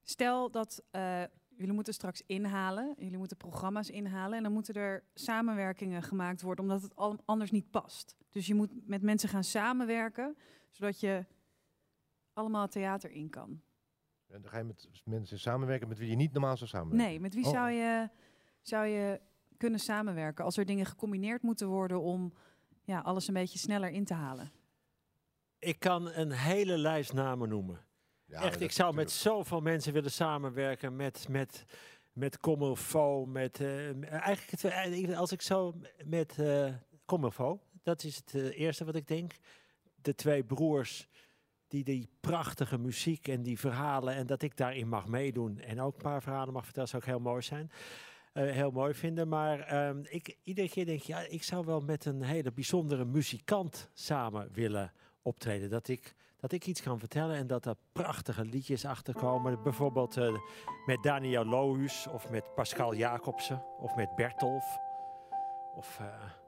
Stel dat jullie moeten straks inhalen. Jullie moeten programma's inhalen. En dan moeten er samenwerkingen gemaakt worden, omdat het anders niet past. Dus je moet met mensen gaan samenwerken, zodat je allemaal het theater in kan. En dan ga je met mensen samenwerken met wie je niet normaal zou samenwerken? Nee, met wie zou je kunnen samenwerken als er dingen gecombineerd moeten worden om alles een beetje sneller in te halen? Ik kan een hele lijst namen noemen. Ja, echt, ik zou met zoveel mensen willen samenwerken. Met Comilfo. Eigenlijk als ik zo met Comilfo. Dat is het eerste wat ik denk. De twee broers die prachtige muziek en die verhalen. En dat ik daarin mag meedoen. En ook een paar verhalen mag vertellen. Zou ook heel mooi zijn. Heel mooi vinden. Maar iedere keer denk ik, ik zou wel met een hele bijzondere muzikant samen willen optreden. Dat ik iets kan vertellen en dat er prachtige liedjes achterkomen. Bijvoorbeeld met Daniel Lohuus of met Pascal Jacobsen of met Bertolf. Of,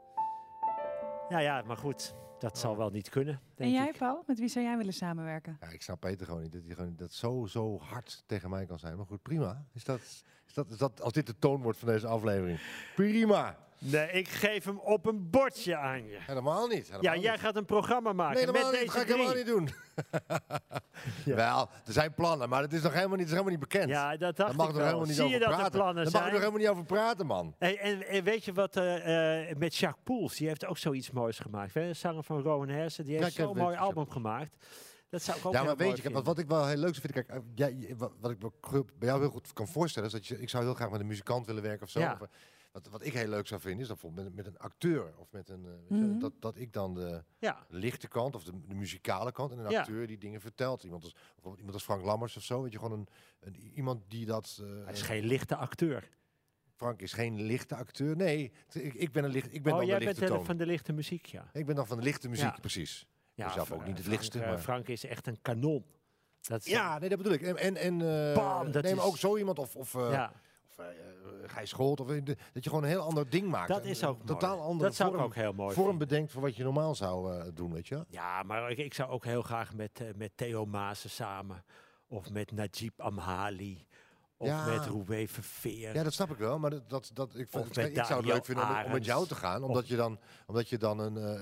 maar goed, dat zal wel niet kunnen, denk En jij, ik. Paul? Met wie zou jij willen samenwerken? Ja, ik snap Peter gewoon niet. Dat hij gewoon dat zo hard tegen mij kan zijn. Maar goed, prima. Is dat als dit de toon wordt van deze aflevering? Prima. Nee, ik geef hem op een bordje aan je. Helemaal niet. Jij gaat een programma maken Nee, met niet. deze Dat ga ik drie. helemaal niet doen. Ja. Wel, er zijn plannen, maar het is nog helemaal niet bekend. Ja, dat dacht Daar mag ik er wel. helemaal niet Zie over je dat praten. er plannen Daar zijn? mag ik er helemaal niet over praten, man. Hey, en weet je wat met Jacques Poels, die heeft ook zoiets moois gemaakt. Hè? De zanger van Rowan Hersen, die heeft zo'n mooi album gemaakt. Dat zou ik ook heel mooi vinden. Wat ik wel heel leuk vind, kijk, wat ik bij jou heel goed kan voorstellen, is dat ik zou heel graag met een muzikant willen werken of zo. Ja. Wat ik heel leuk zou vinden, is dat bijvoorbeeld met een acteur of met een dat ik dan de lichte kant of de muzikale kant en een acteur die dingen vertelt. Iemand als Frank Lammers of zo, weet je, gewoon iemand die dat. Hij is geen lichte acteur. Frank is geen lichte acteur. Nee, ik ben dan de lichte toon. Jij bent van de lichte muziek, ja. Ik ben dan van de lichte muziek, precies. Ja, zelf ook niet het lichtste. Maar Frank is echt een kanon. Dat dat bedoel ik. Maar ook zo iemand of Gijs Scholt. Dat je gewoon een heel ander ding maakt. Dat is ook totaal andere dat zou ik ook heel mooi vorm bedenkt voor wat je normaal zou doen, weet je? Ja, maar ik zou ook heel graag met Theo Maassen samen. Of met Najib Amhali. Of met Roué Verveer. Ja, dat snap ik wel. Maar ik zou het leuk vinden om met jou te gaan. Omdat je dan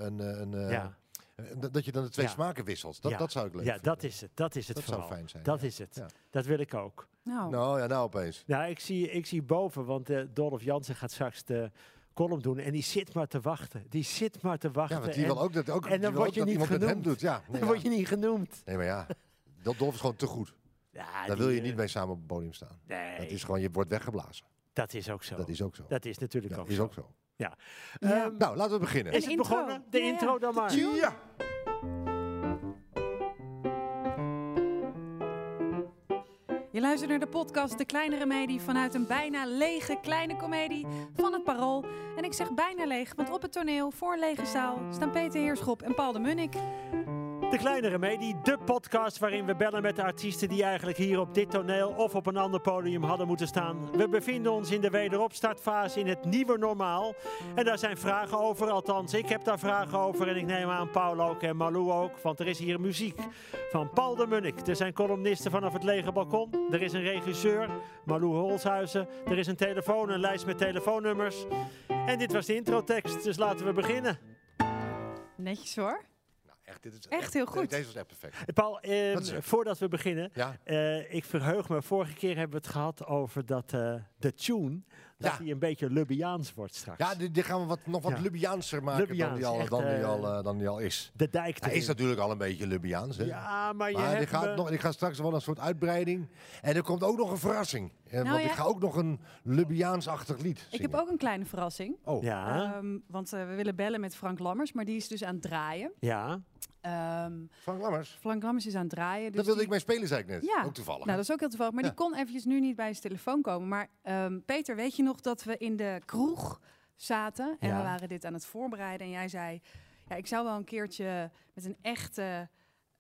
dat je dan de twee smaken wisselt. Dat zou ik leuk vinden. Dat is het dat vooral. zou fijn zijn. Dat is het. Ja. Dat wil ik ook. Nou opeens. Ja, ik zie boven, want Dolph Jansen gaat straks de column doen. En die zit maar te wachten. Ja, want die wil ook dat en dan word je niet iemand genoemd. met hem doet. Ja, dan word je niet genoemd. Nee, maar ja. Dolph is gewoon te goed. Ja, daar wil je niet mee samen op het podium staan. Nee. Dat is gewoon, je wordt weggeblazen. Dat is ook zo. Dat is natuurlijk ook is zo. ook zo. Ja. Nou, laten we beginnen. Is het begonnen? De intro dan maar. Ja. Je luistert naar de podcast De Kleine Remedie vanuit een bijna lege kleine komedie van het Parool. En ik zeg bijna leeg, want op het toneel voor een lege zaal staan Peter Heerschop en Paul de Munnik. De Kleine Remedie, de podcast waarin we bellen met de artiesten die eigenlijk hier op dit toneel of op een ander podium hadden moeten staan. We bevinden ons in de wederopstartfase in het nieuwe normaal. En daar zijn vragen over, althans ik heb daar vragen over. En ik neem aan Paul ook en Malou ook, want er is hier muziek van Paul de Munnik. Er zijn columnisten vanaf het lege balkon. Er is een regisseur, Malou Holshuizen. Er is een telefoon, een lijst met telefoonnummers. En dit was de introtekst, dus laten we beginnen. Netjes hoor. Dit is echt heel goed. Deze was echt perfect. Paul, voordat we beginnen, ik verheug me. Vorige keer hebben we het gehad over de tune, dat die een beetje Lubbiaans wordt straks. Ja, die gaan we nog wat Lubbiaanser maken dan die al is. De dijk Hij is natuurlijk al een beetje Lubbiaans. Hè? Ja, maar die gaat straks wel een soort uitbreiding. En er komt ook nog een verrassing. Want ik ga ook nog een Lubbiaans-achtig lied zingen. Ik heb ook een kleine verrassing. Oh. Ja. Want we willen bellen met Frank Lammers, maar die is dus aan het draaien. Ja. Frank Lammers? Frank Lammers is aan het draaien. Dus daar wilde ik mee spelen, zei ik net. Ja. Ook toevallig. Nou, dat is ook heel toevallig. Maar die kon eventjes nu niet bij zijn telefoon komen. Maar Peter, weet je nog dat we in de kroeg zaten? En we waren dit aan het voorbereiden. En jij zei, ik zou wel een keertje met een echte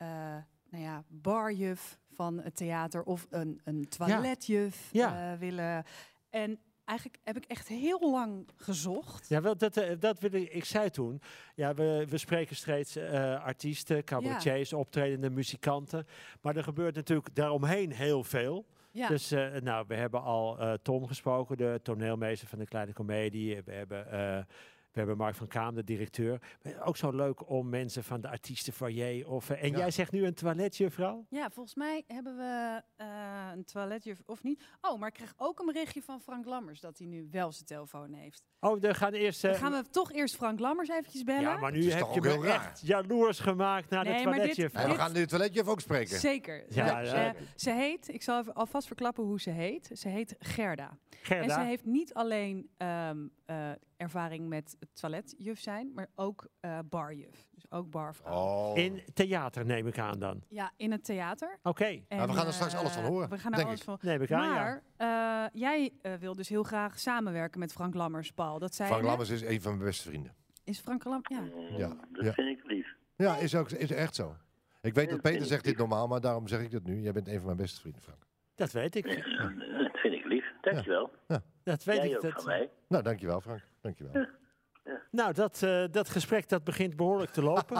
barjuf van het theater of een toiletjuf willen. En eigenlijk heb ik echt heel lang gezocht. Ja, dat wil ik zei toen. Ja, we spreken steeds artiesten, cabaretiers, optredende muzikanten. Maar er gebeurt natuurlijk daaromheen heel veel. Ja. Dus we hebben al Tom gesproken, de toneelmeester van de Kleine Comedie. We hebben Mark van Kaam, de directeur. Ook zo leuk om mensen van de artiestenfoyer en jij zegt nu een toiletjuffrouw? Ja, volgens mij hebben we een toiletjuffrouw of niet. Oh, maar ik kreeg ook een berichtje van Frank Lammers dat hij nu wel zijn telefoon heeft. Oh, dan gaan we toch eerst Frank Lammers eventjes bellen. Ja, maar nu heb je me echt jaloers gemaakt naar de toiletjuffrouw. We gaan nu de toiletjuffrouw ook spreken. Zeker. Ze heet, ik zal alvast verklappen hoe ze heet. Ze heet Gerda. En ze heeft niet alleen ervaring met het toiletjuf zijn, maar ook barjuf. Dus ook barvrouw. Oh. In theater neem ik aan dan? Ja, in het theater. Oké. Maar we gaan er straks alles van horen. We gaan er alles van neem ik aan, maar jij wil dus heel graag samenwerken met Frank Lammers, Paul. Dat zei Frank Lammers is een van mijn beste vrienden. Is Frank Lammers? Ja. Dat vind ik lief. Ja, is echt zo. Ik weet dat Peter zegt dit normaal, maar daarom zeg ik dat nu. Jij bent een van mijn beste vrienden, Frank. Dat weet ik. Dat vind ik lief. Dankjewel. Ja. Dat weet Jij ik. ook van mij. Nou, dankjewel, Frank. Dankjewel. Ja. Nou, dat gesprek dat begint behoorlijk te lopen.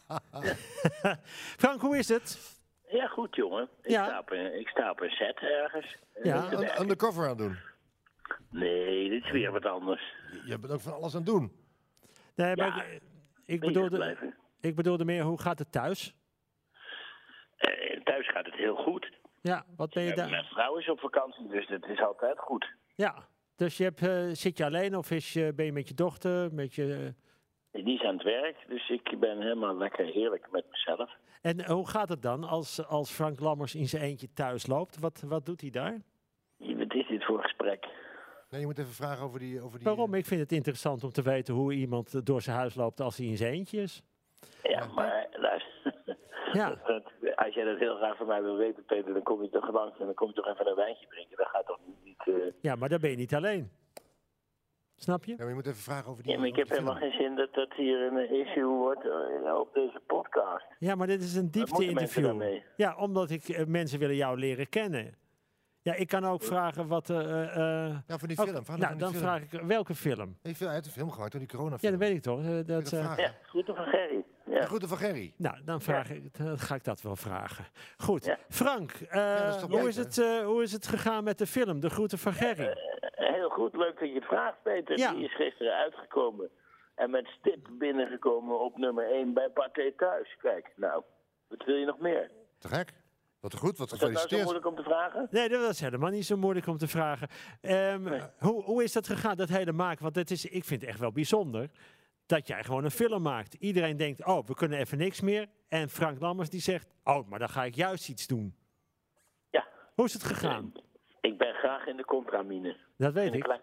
Frank, hoe is het? Ja, goed jongen. Ik sta op een set ergens. Undercover aan doen. Nee, dit is weer wat anders. Je bent ook van alles aan het doen. Nee, maar ik bedoelde meer, hoe gaat het thuis? Thuis gaat het heel goed. Ja, wat ben je daar? Mijn vrouw is op vakantie, dus het is altijd goed. Ja, dus zit je alleen of ben je met je dochter? Die is aan het werk, dus ik ben helemaal lekker heerlijk met mezelf. En hoe gaat het dan als Frank Lammers in zijn eentje thuis loopt? Wat doet hij daar? Wat is dit voor gesprek? Nee, je moet even vragen over die... Waarom? Ik vind het interessant om te weten hoe iemand door zijn huis loopt als hij in zijn eentje is. Ja, maar luister. Ja. Als jij dat heel graag van mij wil weten, Peter, dan kom je toch langs en dan kom je toch even een wijntje drinken. Dat gaat toch niet... Ja, maar dan ben je niet alleen. Snap je? Ja, maar je moet even vragen over die... Ja, maar ik heb helemaal geen zin dat hier een issue wordt op deze podcast. Ja, maar dit is een diepte-interview. Ja, omdat mensen willen jou leren kennen. Ja, ik kan ook vragen wat... voor die film. Vraag ik, welke film? Hij heeft een film gemaakt door die coronafilm. Ja, dat weet ik toch. Groeten van Gerry. Ja. Groeten van Gerry. Nou, dan ga ik dat wel vragen. Goed. Ja. Frank, hoe is het gegaan met de film, De Groeten van Gerry? Heel goed, leuk dat je het vraagt, Peter. Ja. Die is gisteren uitgekomen. En met stip binnengekomen op nummer 1 bij Pathé Thuis. Kijk, nou, wat wil je nog meer? Te gek. Wat goed, wat gefeliciteerd. Is dat nou zo moeilijk om te vragen? Nee, dat is helemaal niet zo moeilijk om te vragen. Hoe is dat gegaan, dat hele maken? Want ik vind het echt wel bijzonder dat jij gewoon een film maakt. Iedereen denkt, we kunnen even niks meer. En Frank Lammers die zegt, maar dan ga ik juist iets doen. Ja. Hoe is het gegaan? Ik ben graag in de contramine. Dat weet ik.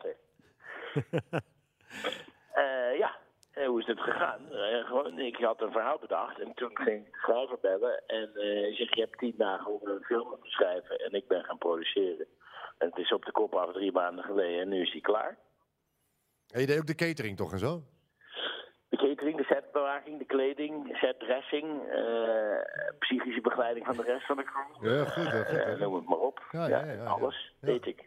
Ja. Hoe is het gegaan? Ik had een verhaal bedacht en toen ging ik de schrijver bellen en zeg, je hebt 10 dagen om een film te schrijven en ik ben gaan produceren. En het is op de kop af 3 maanden geleden en nu is die klaar. En je deed ook de catering toch en zo? De catering, de setbewaking, de kleding, setdressing, psychische begeleiding van de rest van de crew. Ja, goed. Noem het maar op. Ja, alles deed ik.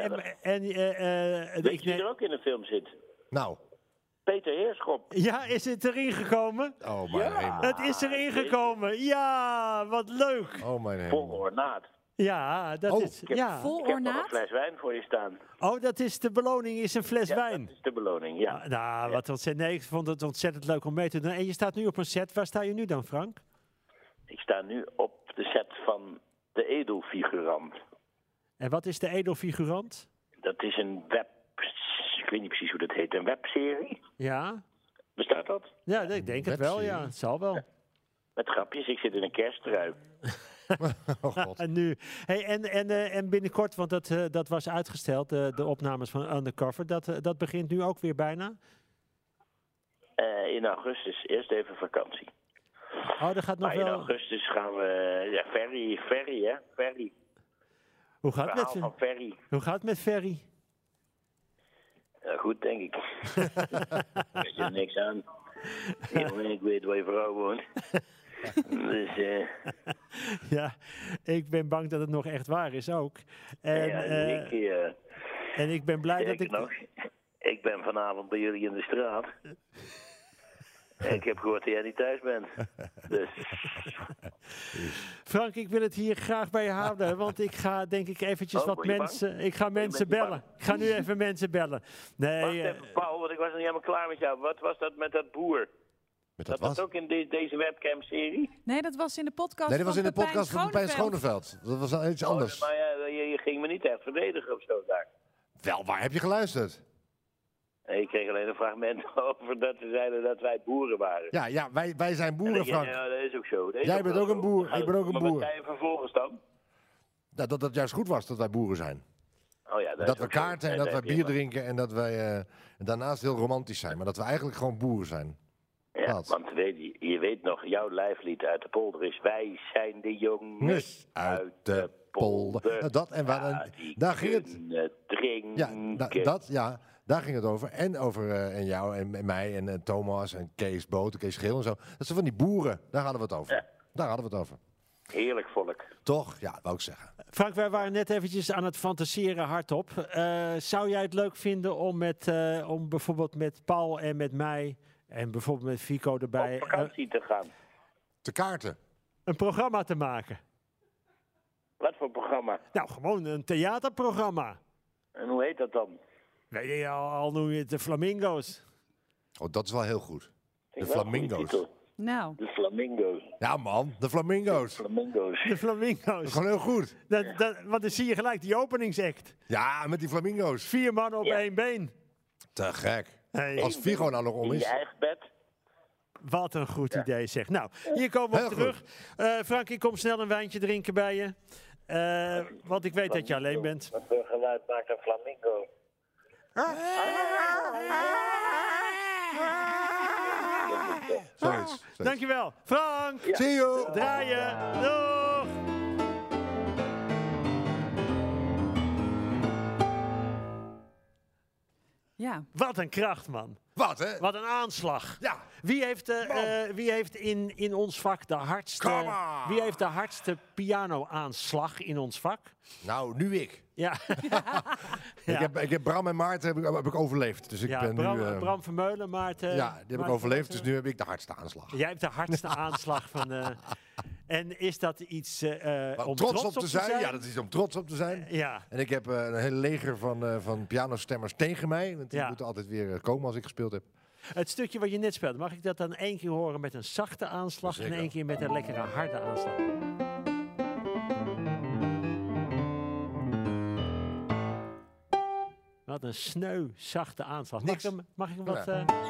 Weet je wie er ook in de film zit? Nou. Peter Heerschop. Ja, is het erin gekomen? Oh, mijn hemel. Het is erin gekomen. Ja, wat leuk. Oh, mijn hemel. Vol ornaat. Ja, dat is... Ik heb nog een fles wijn voor je staan. Oh, dat is de beloning, is een fles wijn. Dat is de beloning, ja. Nou, wat ontzettend. Nee, ik vond het ontzettend leuk om mee te doen. En je staat nu op een set. Waar sta je nu dan, Frank? Ik sta nu op de set van De Edelfigurant. En wat is De Edelfigurant? Dat is een ik weet niet precies hoe dat heet, een webserie. Ja. Bestaat dat? Ja, ik denk het wel, ja. Het zal wel. Ja. Met grapjes, ik zit in een kersttrui. Oh God. En nu. Hey, en binnenkort, want dat was uitgesteld, de opnames van Undercover, dat begint nu ook weer bijna? In augustus, eerst even vakantie. Oh, dat gaat nog wel... in augustus gaan we, Ferry, hè? Ferry. Hoe gaat het met Ferry? Goed, denk ik. Weet je er niks aan. Jongen, ik weet waar je vrouw woont. Dus, ja, ik ben bang dat het nog echt waar is ook. En, en ik ben blij dat ik... Ik ben vanavond bij jullie in de straat. Ik heb gehoord dat jij niet thuis bent. Dus. Frank, ik wil het hier graag bij je houden, want ik ga denk ik eventjes wat mensen... Ik ga mensen bellen. Ik ga nu even mensen bellen. Nee, wacht even, Paul, want ik was nog niet helemaal klaar met jou. Wat was dat met dat boer? Dat was ook in deze webcam-serie? Nee, dat was in de podcast. Nee, dat was in de podcast van Pepijn Schoneveld. Dat was iets anders. Maar je ging me niet echt verdedigen of zo daar. Wel, waar heb je geluisterd? Nee, ik kreeg alleen een fragment over dat ze zeiden dat wij boeren waren. Ja, wij zijn boeren, Frank. Ja, dat is ook zo. Jij bent ook een boer, ik ben ook een boer. Maar wat zei je vervolgens dan? Dat het juist goed was dat wij boeren zijn. Oh ja, dat we kaarten en dat wij bier drinken en dat wij daarnaast heel romantisch zijn. Maar dat we eigenlijk gewoon boeren zijn. Ja, want je weet nog, jouw lijflied uit de polder is... Wij zijn de jongens uit de polder. Nou, dat en daar ging het. Drinken. Daar ging het over. En over en jou en mij en Thomas en Kees Boot, Kees Geel en zo. Dat zijn van die boeren. Daar hadden we het over. Ja. Daar hadden we het over. Heerlijk volk. Toch? Ja, wou ik zeggen. Frank, wij waren net eventjes aan het fantaseren hardop. Zou jij het leuk vinden om bijvoorbeeld met Paul en met mij... en bijvoorbeeld met Fico erbij... op vakantie te gaan. Te kaarten. Een programma te maken. Wat voor programma? Nou, gewoon een theaterprogramma. En hoe heet dat dan? Weet je, al noem je het de Flamingo's. Oh, dat is wel heel goed. De Flamingo's. Nou. De Flamingo's. Ja man, de Flamingo's. De Flamingo's. Dat is gewoon heel goed. Want dan zie je gelijk die openingsact. Ja, met die Flamingo's. 4 mannen op 1 been. Te gek. Hey. Als Figo nou nog om is. In je eigen bed. Wat een goed idee zeg. Nou, hier komen we op terug. Frank, ik kom snel een wijntje drinken bij je. Want ik weet dat je alleen bent. Wat voor geluid maakt een flamingo? Zoiets. Dankjewel. Frank. Ja. See you. Draaien. Doeg. Ja. Wat een kracht, man. Wat, hè? Wat een aanslag. Ja. Wie heeft in ons vak de hardste... Wie heeft de hardste piano-aanslag in ons vak? Nou, nu ik. Ja. Ik heb Bram en Maarten heb ik overleefd. Dus ik ben Bram Vermeulen, Maarten... Ja, die heb ik overleefd, dus nu heb ik de hardste aanslag. Jij hebt de hardste aanslag van... En is dat iets om trots op te zijn? Ja, dat is om trots op te zijn. Ja. En ik heb een hele leger van pianostemmers tegen mij. Want die moeten altijd weer komen als ik gespeeld heb. Het stukje wat je net speelde, mag ik dat dan 1 keer horen met een zachte aanslag en 1 keer met een lekkere harde aanslag? Wat een sneu, zachte aanslag. Mag ik hem wat...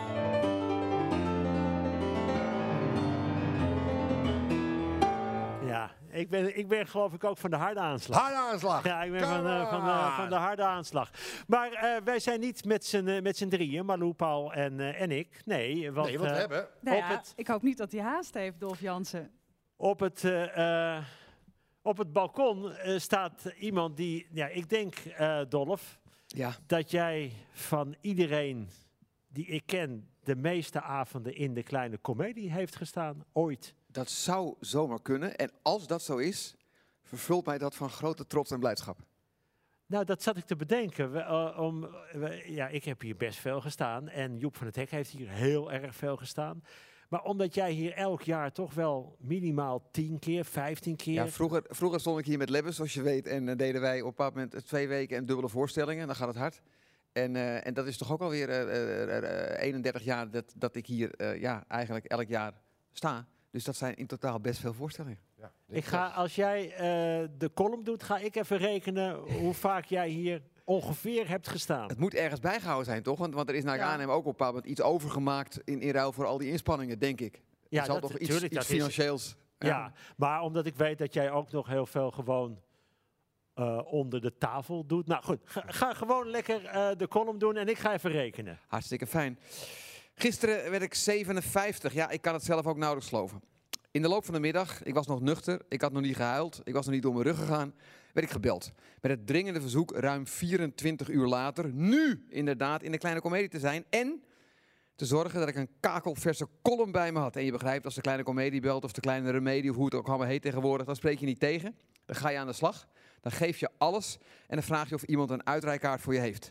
Ja, ik ben geloof ik ook van de harde aanslag. Harde aanslag! Ja, ik ben van de harde aanslag. Maar wij zijn niet met z'n drieën, Malou, Paul en ik. Nee, want we hebben... Ik hoop niet dat hij haast heeft, Dolf Jansen. Op het balkon staat iemand die... Ja, ik denk, Dolf, dat jij van iedereen die ik ken... de meeste avonden in de Kleine Comedie heeft gestaan, ooit. Dat zou zomaar kunnen. En als dat zo is, vervult mij dat van grote trots en blijdschap. Nou, dat zat ik te bedenken. Ik heb hier best veel gestaan. En Joep van het Hek heeft hier heel erg veel gestaan. Maar omdat jij hier elk jaar toch wel minimaal 10 keer, 15 keer... Ja, vroeger stond ik hier met Lebbes, zoals je weet. En deden wij op een bepaald moment 2 weken en dubbele voorstellingen. Dan gaat het hard. En dat is toch ook alweer 31 jaar dat ik hier eigenlijk elk jaar sta. Dus dat zijn in totaal best veel voorstellingen. Ja, als jij de column doet, ga ik even rekenen hoe vaak jij hier ongeveer hebt gestaan. Het moet ergens bijgehouden zijn, toch? Want er is naar ik aanneem ook op een bepaald moment iets overgemaakt in ruil voor al die inspanningen, denk ik. Ja, er zal toch iets financieels... Ja, maar omdat ik weet dat jij ook nog heel veel gewoon onder de tafel doet. Nou goed, ga gewoon lekker de column doen en ik ga even rekenen. Hartstikke fijn. Gisteren werd ik 57. Ja, ik kan het zelf ook nauwelijks geloven. In de loop van de middag, ik was nog nuchter, ik had nog niet gehuild, ik was nog niet door mijn rug gegaan, werd ik gebeld. Met het dringende verzoek ruim 24 uur later, nu inderdaad in de Kleine Comedie te zijn en te zorgen dat ik een kakelverse column bij me had. En je begrijpt, als de Kleine Comedie belt of de Kleine Remedie of hoe het ook allemaal heet tegenwoordig, dan spreek je niet tegen. Dan ga je aan de slag, dan geef je alles en dan vraag je of iemand een uitrijkaart voor je heeft.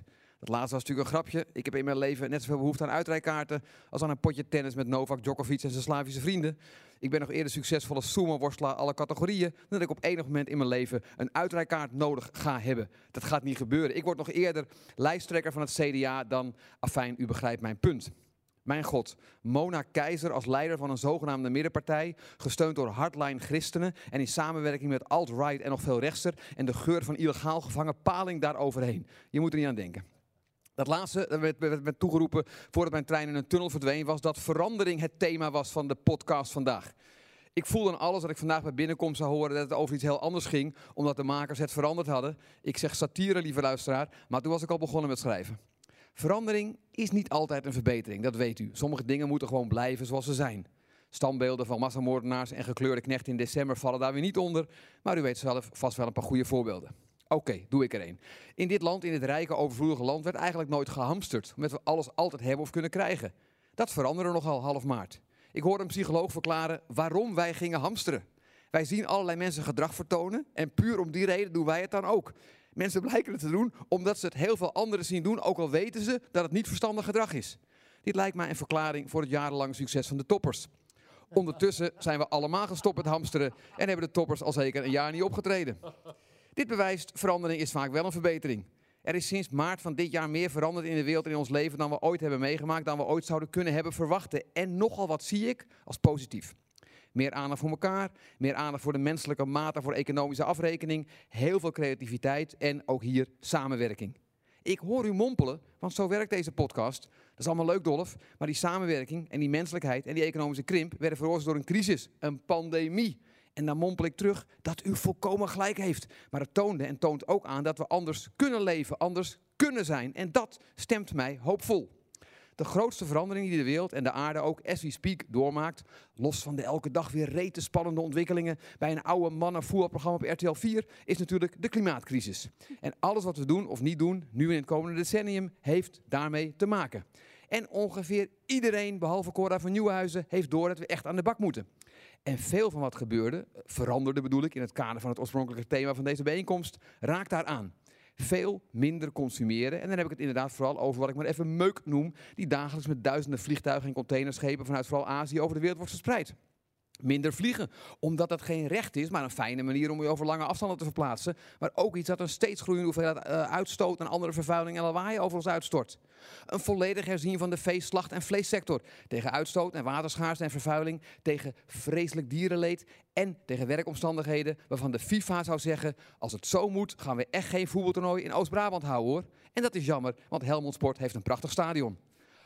Dat laatste was natuurlijk een grapje. Ik heb in mijn leven net zoveel behoefte aan uitrijkaarten als aan een potje tennis met Novak Djokovic en zijn Slavische vrienden. Ik ben nog eerder succesvolle sumo-worstelaar alle categorieën dan dat ik op enig moment in mijn leven een uitrijkaart nodig ga hebben. Dat gaat niet gebeuren. Ik word nog eerder lijsttrekker van het CDA dan, afijn, u begrijpt mijn punt. Mijn god, Mona Keizer als leider van een zogenaamde middenpartij, gesteund door hardline christenen en in samenwerking met alt-right en nog veel rechtser en de geur van illegaal gevangen paling daaroverheen. Je moet er niet aan denken. Dat laatste werd toegeroepen voordat mijn trein in een tunnel verdween, was dat verandering het thema was van de podcast vandaag. Ik voelde aan alles dat ik vandaag bij binnenkomst zou horen dat het over iets heel anders ging, omdat de makers het veranderd hadden. Ik zeg satire, lieve luisteraar, maar toen was ik al begonnen met schrijven. Verandering is niet altijd een verbetering, dat weet u. Sommige dingen moeten gewoon blijven zoals ze zijn. Standbeelden van massamoordenaars en gekleurde knechten in december vallen daar weer niet onder, maar u weet zelf vast wel een paar goede voorbeelden. Oké, doe ik er een. In dit land, in dit rijke, overvloedige land, werd eigenlijk nooit gehamsterd, omdat we alles altijd hebben of kunnen krijgen. Dat veranderde nogal half maart. Ik hoorde een psycholoog verklaren waarom wij gingen hamsteren. Wij zien allerlei mensen gedrag vertonen en puur om die reden doen wij het dan ook. Mensen blijken het te doen omdat ze het heel veel anderen zien doen, ook al weten ze dat het niet verstandig gedrag is. Dit lijkt mij een verklaring voor het jarenlange succes van de toppers. Ondertussen zijn we allemaal gestopt met hamsteren en hebben de toppers al zeker een jaar niet opgetreden. Dit bewijst, verandering is vaak wel een verbetering. Er is sinds maart van dit jaar meer veranderd in de wereld en in ons leven dan we ooit hebben meegemaakt, dan we ooit zouden kunnen hebben verwachten. En nogal wat zie ik als positief. Meer aandacht voor elkaar, meer aandacht voor de menselijke mate, voor economische afrekening, heel veel creativiteit en ook hier samenwerking. Ik hoor u mompelen, want zo werkt deze podcast. Dat is allemaal leuk, Dolf, maar die samenwerking en die menselijkheid en die economische krimp werden veroorzaakt door een crisis, een pandemie. En dan mompel ik terug dat u volkomen gelijk heeft. Maar het toonde en toont ook aan dat we anders kunnen leven, anders kunnen zijn. En dat stemt mij hoopvol. De grootste verandering die de wereld en de aarde ook as we speak doormaakt, los van de elke dag weer rete spannende ontwikkelingen bij een oude mannen-voetbalprogramma op RTL 4, is natuurlijk de klimaatcrisis. En alles wat we doen of niet doen, nu en in het komende decennium, heeft daarmee te maken. En ongeveer iedereen, behalve Cora van Nieuwenhuizen, heeft door dat we echt aan de bak moeten. En veel van wat gebeurde, veranderde bedoel ik, in het kader van het oorspronkelijke thema van deze bijeenkomst, raakt daar aan. Veel minder consumeren. En dan heb ik het inderdaad vooral over wat ik maar even meuk noem, die dagelijks met duizenden vliegtuigen en containerschepen vanuit vooral Azië over de wereld wordt verspreid. Minder vliegen, omdat dat geen recht is, maar een fijne manier om je over lange afstanden te verplaatsen. Maar ook iets dat een steeds groeiende hoeveelheid uitstoot en andere vervuiling en lawaai over ons uitstort. Een volledig herzien van de vee-, slacht- en vleessector. Tegen uitstoot en waterschaarste en vervuiling, tegen vreselijk dierenleed en tegen werkomstandigheden waarvan de FIFA zou zeggen, als het zo moet gaan we echt geen voetbaltoernooi in Oost-Brabant houden hoor. En dat is jammer, want Helmond Sport heeft een prachtig stadion.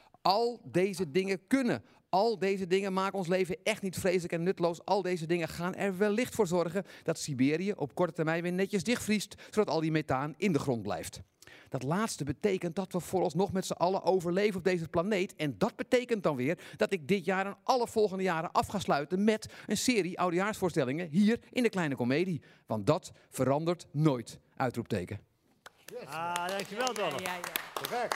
Al deze dingen kunnen. Al deze dingen maken ons leven echt niet vreselijk en nutteloos. Al deze dingen gaan er wellicht voor zorgen dat Siberië op korte termijn weer netjes dichtvriest, zodat al die methaan in de grond blijft. Dat laatste betekent dat we vooralsnog met z'n allen overleven op deze planeet. En dat betekent dan weer dat ik dit jaar en alle volgende jaren af ga sluiten met een serie oudejaarsvoorstellingen hier in de Kleine Comedie. Want dat verandert nooit. Uitroepteken. Yes. Dankjewel, Dolf. Ja.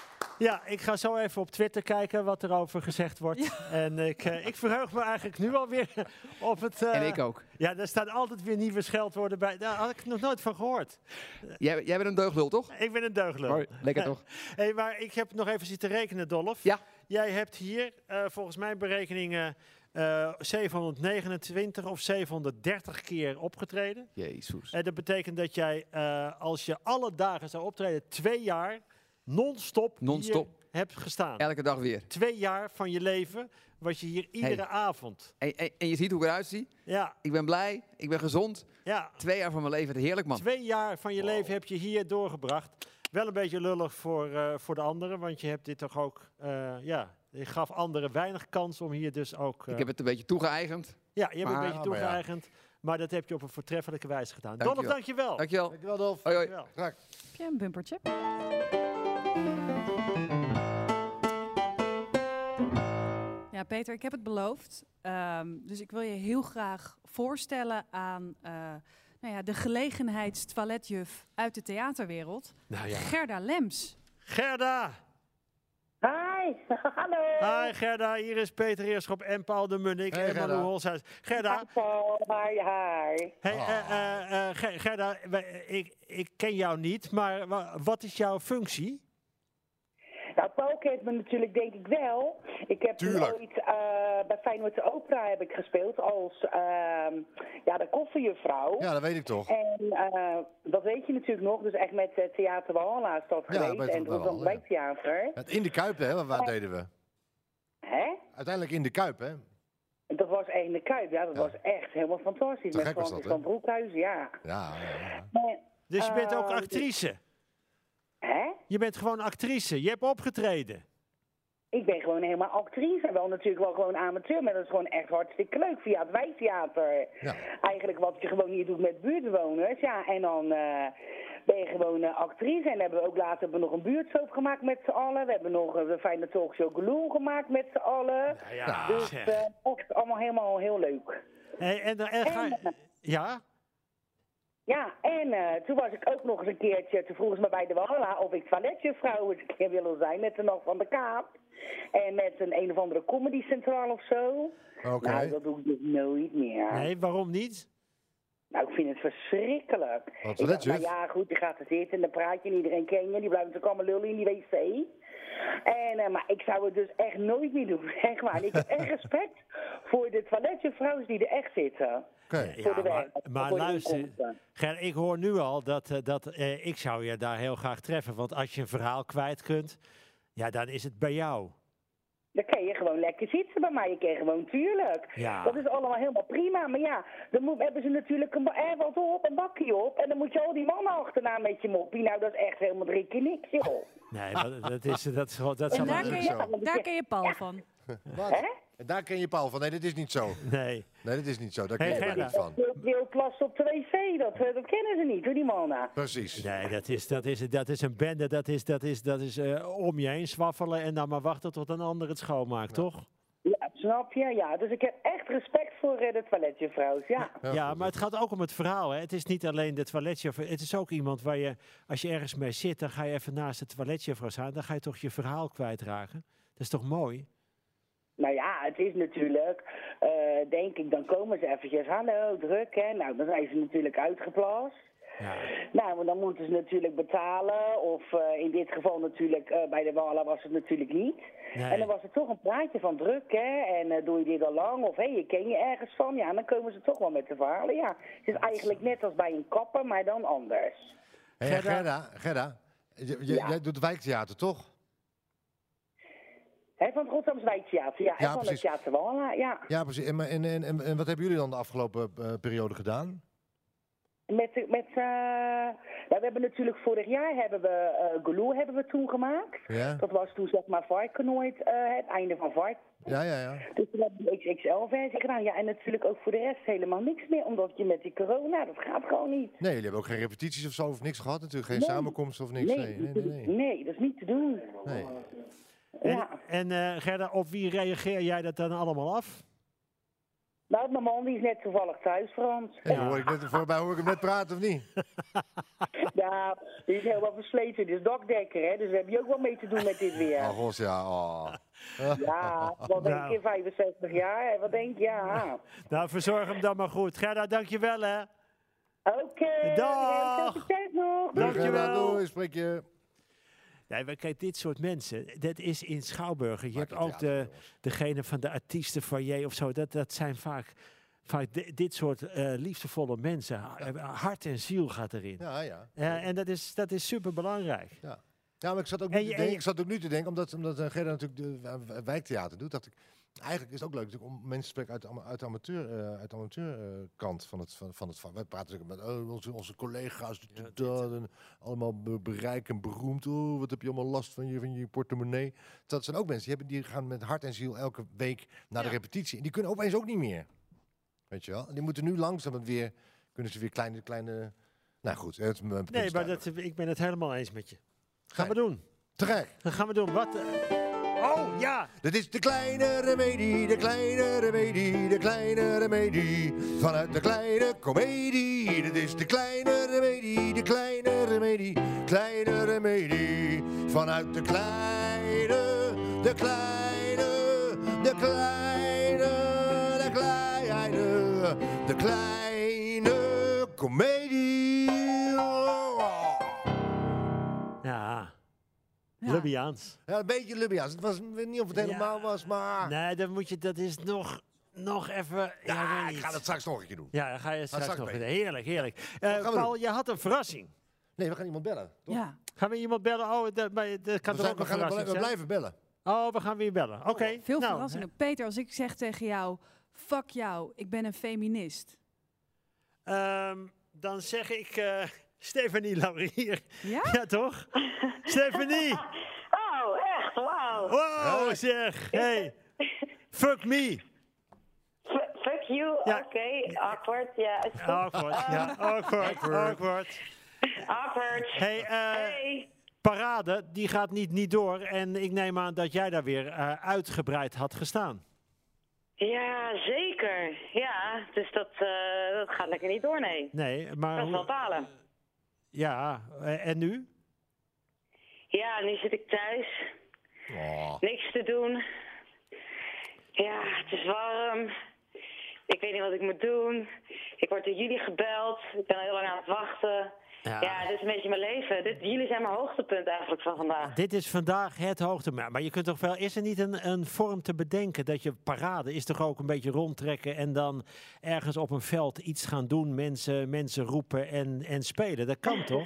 Ja, ik ga zo even op Twitter kijken wat er over gezegd wordt. Ja. En ik verheug me eigenlijk nu alweer op het... en ik ook. Ja, er staan altijd weer nieuwe scheldwoorden bij. Daar had ik nog nooit van gehoord. Jij bent een deugdlul, toch? Ik ben een deugdlul. Mooi, lekker toch? Hey, maar ik heb nog even zitten rekenen, Dolf. Ja. Jij hebt hier volgens mijn berekeningen 729 of 730 keer opgetreden. Jezus. En dat betekent dat jij, als je alle dagen zou optreden, 2 jaar... Non-stop hier hebt gestaan. Elke dag weer. 2 jaar van je leven was je hier iedere avond. En je ziet hoe ik eruit zie. Ja. Ik ben blij, ik ben gezond. Ja. 2 jaar van mijn leven, heerlijk man. 2 jaar van je leven heb je hier doorgebracht. Wel een beetje lullig voor de anderen, want je hebt dit toch ook... je gaf anderen weinig kans om hier dus ook... ik heb het een beetje toegeëigend. Ja, je hebt een beetje toegeëigend. Maar dat heb je op een voortreffelijke wijze gedaan. Dolf, dankjewel. Dankjewel, Dolf. Hoi, hoi. Graag. Heb je een bumpertje? Ja, Peter, ik heb het beloofd. Dus ik wil je heel graag voorstellen aan de gelegenheidstoiletjuf uit de theaterwereld. Nou ja. Gerda Lems. Gerda! Hi, hallo. Hi Gerda, hier is Peter Eerschop en Paul de Munnik en Manu Holshuis. Gerda. Hi Paul, hi. Hey, Gerda, ik ken jou niet, maar wat is jouw functie? Nou, Paul kent me natuurlijk denk ik wel. Ik heb ooit bij Feyenoord de Opera heb ik gespeeld als de kofferjuffrouw. Ja, dat weet ik toch. En dat weet je natuurlijk nog. Dus echt met Theater Walhalla is dat geweest. En dat was een wijktheater. In de Kuip, hè? Waar deden we? Hè? Uiteindelijk in de Kuip, hè? Dat was echt in de Kuip, dat was echt helemaal fantastisch. Met Francis van Broekhuis, ja. Maar, dus je bent ook actrice? Hè? Je bent gewoon actrice, je hebt opgetreden. Ik ben gewoon helemaal actrice, wel natuurlijk wel gewoon amateur, maar dat is gewoon echt hartstikke leuk via het wijktheater. Ja. Eigenlijk wat je gewoon hier doet met buurtbewoners, ja, en dan ben je gewoon actrice. En hebben we ook later nog een buurtsoap gemaakt met z'n allen. We hebben nog een fijne talkshow Gloel gemaakt met z'n allen. Ja, dus echt allemaal helemaal heel leuk. Ja? Ja, en toen was ik ook nog eens een keertje, toen vroegen ze me bij de Walhalla of ik toiletjuffrouw eens een keer willen zijn met de Nacht van de Kaap. En met een of andere comedy centraal of zo. Nou, dat doe ik dus nooit meer. Nee, waarom niet? Nou, ik vind het verschrikkelijk. Nou ja, goed, je gaat er zitten en dan praat je en iedereen ken je. Die blijven natuurlijk allemaal lullen in die wc. En, maar ik zou het dus echt nooit meer doen. Echt waar. Ik heb echt respect voor de toiletjuffrouws die er echt zitten. Maar luister, Ger, ik hoor nu al dat ik zou je daar heel graag treffen. Want als je een verhaal kwijt kunt, ja, dan is het bij jou. Dan kan je gewoon lekker zitten bij mij. Je kan gewoon, tuurlijk. Ja. Dat is allemaal helemaal prima. Maar ja, dan hebben ze natuurlijk een bakje op. En dan moet je al die mannen achterna met je moppie. Nou, dat is echt helemaal 3 keer niks, joh. Nee, dat is en daar ken je Paul van. Wat? Hè? En daar ken je Paul van. Nee, dat is niet zo. Nee, dat is niet zo. Daar ken je niet van. Wil plassen op de wc, dat kennen ze niet, hoor, die mannen. Precies. Nee, dat is een bende. Dat is om je heen zwaffelen en dan maar wachten tot een ander het schoonmaakt, toch? Ja, snap je? Ja, dus ik heb echt respect voor de toiletjuffrouws, ja. Ja, maar het gaat ook om het verhaal, hè. Het is niet alleen de toiletjuffrouw. Het is ook iemand waar je, als je ergens mee zit, dan ga je even naast de toiletjuffrouw staan. Dan ga je toch je verhaal kwijtraken. Dat is toch mooi? Nou ja, het is natuurlijk, denk ik, dan komen ze eventjes, hallo, druk, hè. Nou, dan zijn ze natuurlijk uitgeplast. Ja. Nou, maar dan moeten ze natuurlijk betalen. Of in dit geval natuurlijk, bij de Walhalla was het natuurlijk niet. Nee. En dan was het toch een praatje van druk, hè. En doe je dit al lang? Of je ken je ergens van? Ja, dan komen ze toch wel met de verhalen, ja. Het is eigenlijk net als bij een kapper, maar dan anders. Hey, Gerda, jij doet wijktheater, toch? Van het Rotterdamse wijktheater, ja. En van het Theater Walhalla, ja. Ja, precies. En wat hebben jullie dan de afgelopen periode gedaan? We hebben natuurlijk vorig jaar Gloel hebben we toen gemaakt. Ja. Dat was toen zeg maar Varkenoord, het einde van Vark. Ja. Dus toen hebben we de XXL-versie gedaan. Ja, en natuurlijk ook voor de rest helemaal niks meer. Omdat je met die corona, dat gaat gewoon niet. Nee, jullie hebben ook geen repetities of zo of niks gehad natuurlijk. Geen samenkomst of niks. Nee, dat is niet te doen. Nee. En Gerda, op wie reageer jij dat dan allemaal af? Nou, mijn man die is net toevallig thuis, Frans. Ja. Hoor ik hem net praten of niet? Ja, die is helemaal versleten. Die is dakdekker, hè. Dus daar heb je ook wel mee te doen met dit weer. Oh, gos, ja. Oh. Ja, wat denk je, 65 jaar? Hè? Wat denk je? Ja. Nou, verzorg hem dan maar goed. Gerda, dankjewel, hè. Oké. Dag. Succes nog. Dankjewel. Doei, spreek je. Nee, kijk, dit soort mensen, dat is in Schouwburgen. Je hebt ook degene van de artiestenfoyer of zo. Dat zijn vaak dit soort liefdevolle mensen. Hart en ziel gaat erin. Ja. En dat is super belangrijk. Ja, maar ik zat ook nu te denken, omdat Gerda natuurlijk de wijktheater doet, dacht ik, eigenlijk is het ook leuk om mensen te spreken uit de amateurkant van het vak. Wij praten natuurlijk met onze collega's, allemaal bereik en beroemd. Oh, wat heb je allemaal last van je portemonnee. Dat zijn ook mensen die gaan met hart en ziel elke week naar de repetitie. En die kunnen opeens ook niet meer. Weet je wel? En die moeten nu langzaam kunnen ze weer kleine... Nou goed. Nee, maar ik ben het helemaal eens met je. Gaan we doen. Te gek. Dan gaan we doen. Wat... Oh, ja! Dit is de kleine remedie, de kleine remedie, de kleine remedie. Vanuit de kleine komedie. Dit is de kleine remedie, de kleine remedie, kleine remedie. Vanuit de kleine komedie. Ja. Ja. Lubbiaans. Ja, een beetje Lubbiaans. Het was niet of het helemaal was, maar... Nee, dat is nog even... Ja, ik ga dat straks nog een keer doen. Ja, dan ga je straks nog mee. Heerlijk. Paul, je had een verrassing. Nee, we gaan iemand bellen, toch? Ja. Gaan we iemand bellen? Oh, dat kan toch ook een verrassing zijn? We blijven bellen. Oh, we gaan weer bellen. Oké. Veel verrassingen. Peter, als ik zeg tegen jou, fuck jou, ik ben een feminist. Dan zeg ik Stefanie Laurier. Ja? Ja, toch? Stefanie! Oh, echt? Wauw. Wow, zeg! Hey! Fuck me! Fuck you? Ja. Oké, awkward. Ja, is goed. Awkward. Awkward. Hey, Parade, die gaat niet door. En ik neem aan dat jij daar weer uitgebreid had gestaan. Ja, zeker. Ja, dus dat gaat lekker niet door, nee. Nee, maar... Dat is wel balen. Ja, en nu? Ja, nu zit ik thuis. Oh. Niks te doen. Ja, het is warm. Ik weet niet wat ik moet doen. Ik word door jullie gebeld. Ik ben al heel lang aan het wachten. Ja, dit is een beetje mijn leven. Jullie zijn mijn hoogtepunt eigenlijk van vandaag. Dit is vandaag het hoogtepunt. Maar je kunt toch wel... Is er niet een vorm te bedenken dat je Parade is toch ook een beetje rondtrekken en dan ergens op een veld iets gaan doen, mensen roepen en spelen? Dat kan toch?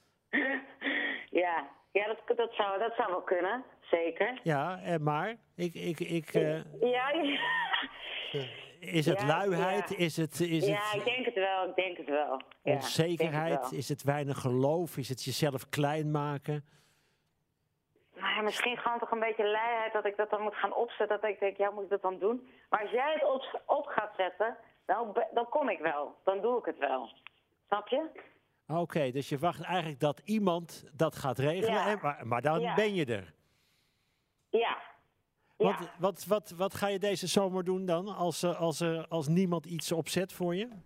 Ja, dat zou wel kunnen. Zeker. Ja, maar Ja. Is het luiheid? Ja. Is het Ik denk het wel. Ja, onzekerheid? Is het weinig geloof? Is het jezelf klein maken? Nou ja, misschien gewoon toch een beetje luiheid dat ik dat dan moet gaan opzetten. Dat ik denk, ja, moet ik dat dan doen? Maar als jij het op gaat zetten, dan kom ik wel. Dan doe ik het wel. Snap je? Oké, dus je wacht eigenlijk dat iemand dat gaat regelen, Ja. maar dan ben je er. Ja. Wat ga je deze zomer doen dan, als niemand iets opzet voor je?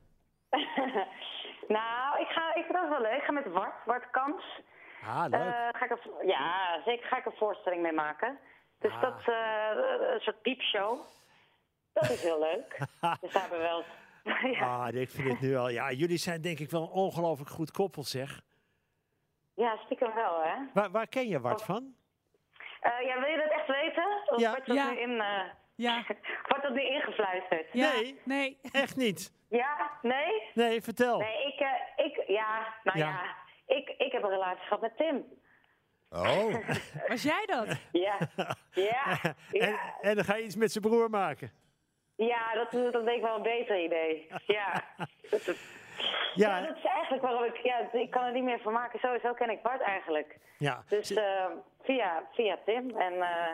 Nou, ik vind dat wel leuk. Ik ga met Wart Kams. Leuk. Ga ik een voorstelling mee maken. Dus dat is een soort piepshow. Dat is heel leuk. Dus daar hebben we wel... Ik vind het nu al... Ja, jullie zijn denk ik wel een ongelooflijk goed koppel, zeg. Ja, stiekem wel, hè? Waar ken je Wart van? Wil je dat echt weten? Of wordt dat nu wordt dat nu ingefluisterd? Ja. Nee, echt niet. Ja? Nee? Nee, vertel. Nee, ik heb een relatie gehad met Tim. Oh. Was jij dat? Ja. En dan ga je iets met zijn broer maken. Ja, dat denk ik wel een beter idee. Ja. Dat is eigenlijk waarom ik kan er niet meer van maken. Sowieso ken ik Bart eigenlijk. Ja. Dus via Tim. En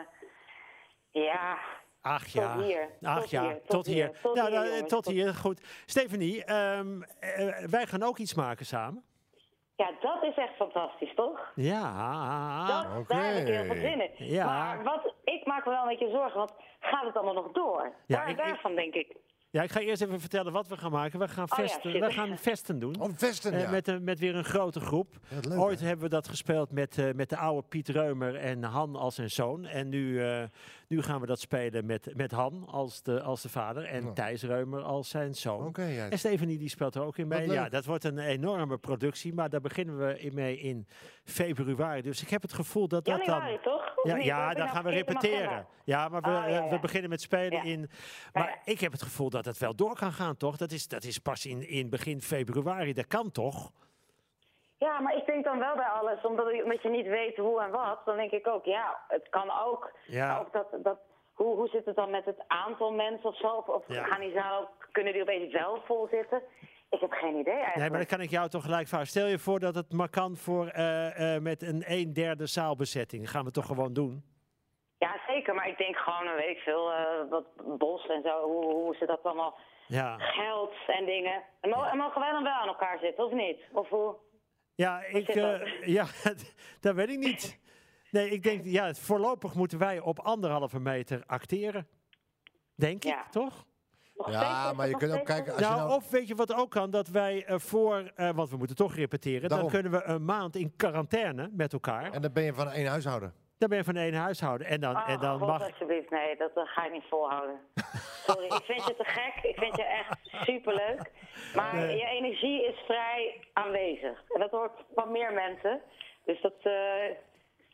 tot hier. Tot hier. Goed. Stefanie, wij gaan ook iets maken samen. Ja, dat is echt fantastisch, toch? Ja. Daar heb ik heel veel zin in. Ja. Maar ik maak me wel een beetje zorgen, want gaat het allemaal nog door? Ja, daarvan denk ik. Ja, ik ga eerst even vertellen wat we gaan maken. We gaan vesten doen. Oh, vesten, met weer een grote groep. Ja, leuk, Ooit hebben we dat gespeeld met de oude Piet Reumer en Han als zijn zoon. En nu gaan we dat spelen met Han als de vader en Thijs Reumer als zijn zoon. En Stefanie die speelt er ook in mee. Ja, dat wordt een enorme productie, maar daar beginnen we mee in februari. Dus ik heb het gevoel dat dat dan... Januari, toch? Ja, dan gaan we repeteren. Ja, maar we beginnen met spelen in... Maar ik heb het gevoel dat het wel door kan gaan, toch? Dat is pas in begin februari. Dat kan toch? Ja, maar ik denk dan wel bij alles, omdat je niet weet hoe en wat. Dan denk ik ook, het kan ook. Ja. Ook hoe zit het dan met het aantal mensen of zo? Of gaan die zalen, kunnen die opeens wel vol zitten? Ik heb geen idee eigenlijk. Nee, maar dan kan ik jou toch gelijk vragen. Stel je voor dat het maar kan met een 1/3 zaalbezetting. Dat gaan we toch gewoon doen? Ja, zeker. Maar ik denk gewoon, weet ik veel, wat Bos en zo. Hoe zit dat allemaal? Ja. Geld en dingen. En mogen wij dan wel aan elkaar zitten, of niet? Of hoe? Ja, dat weet ik niet. Nee, ik denk, voorlopig moeten wij op 1,5 meter acteren. Denk ik, toch? Ja, maar je kunt ook kijken... Als Of weet je wat ook kan? Dat wij want we moeten toch repeteren. Dan kunnen we een maand in quarantaine met elkaar. En dan ben je van 1 huishouden. Dan ben je van 1 huishouden. En dan mag... alsjeblieft, nee, dat ga ik niet volhouden. Sorry, ik vind je te gek. Ik vind je echt superleuk. Maar je energie is vrij aanwezig. En dat hoort van meer mensen. Dus dat...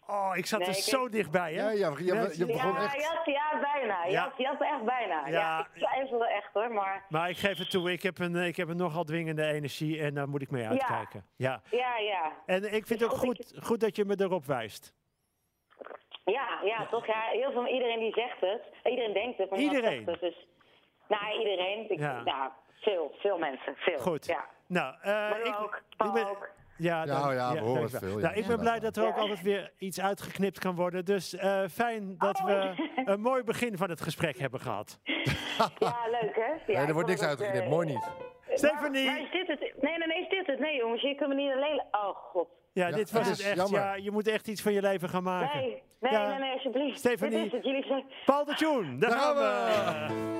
Oh, ik zat zo dichtbij, hè? Je begon echt... bijna. Ja. Je had er echt bijna. Ja, ik twijfelde echt, hoor. Maar ik geef het toe. Ik heb een nogal dwingende energie en daar moet ik mee uitkijken. Ja. En ik vind het ook goed dat je me erop wijst. Ja, toch? Ja, iedereen die zegt het. Iedereen denkt het. Maar iedereen? Zegt het, dus, iedereen. Veel mensen. Veel. Goed. Ja. Nou, Paul ook. Ja, we horen het veel. Nou, ik ben blij dat er ook altijd weer iets uitgeknipt kan worden. Dus fijn dat we een mooi begin van het gesprek hebben gehad. Ja, leuk hè? Ja, er wordt niks uitgeknipt, mooi niet. Stefanie! Maar is dit het? Nee, is dit het? Nee jongens, hier kunnen we niet alleen... Oh god. Ja, dit was het echt. Jammer. Ja, je moet echt iets van je leven gaan maken. Nee, alsjeblieft. Stefanie, dit is het. Jullie zijn... Paul de Tune, daar gaan we!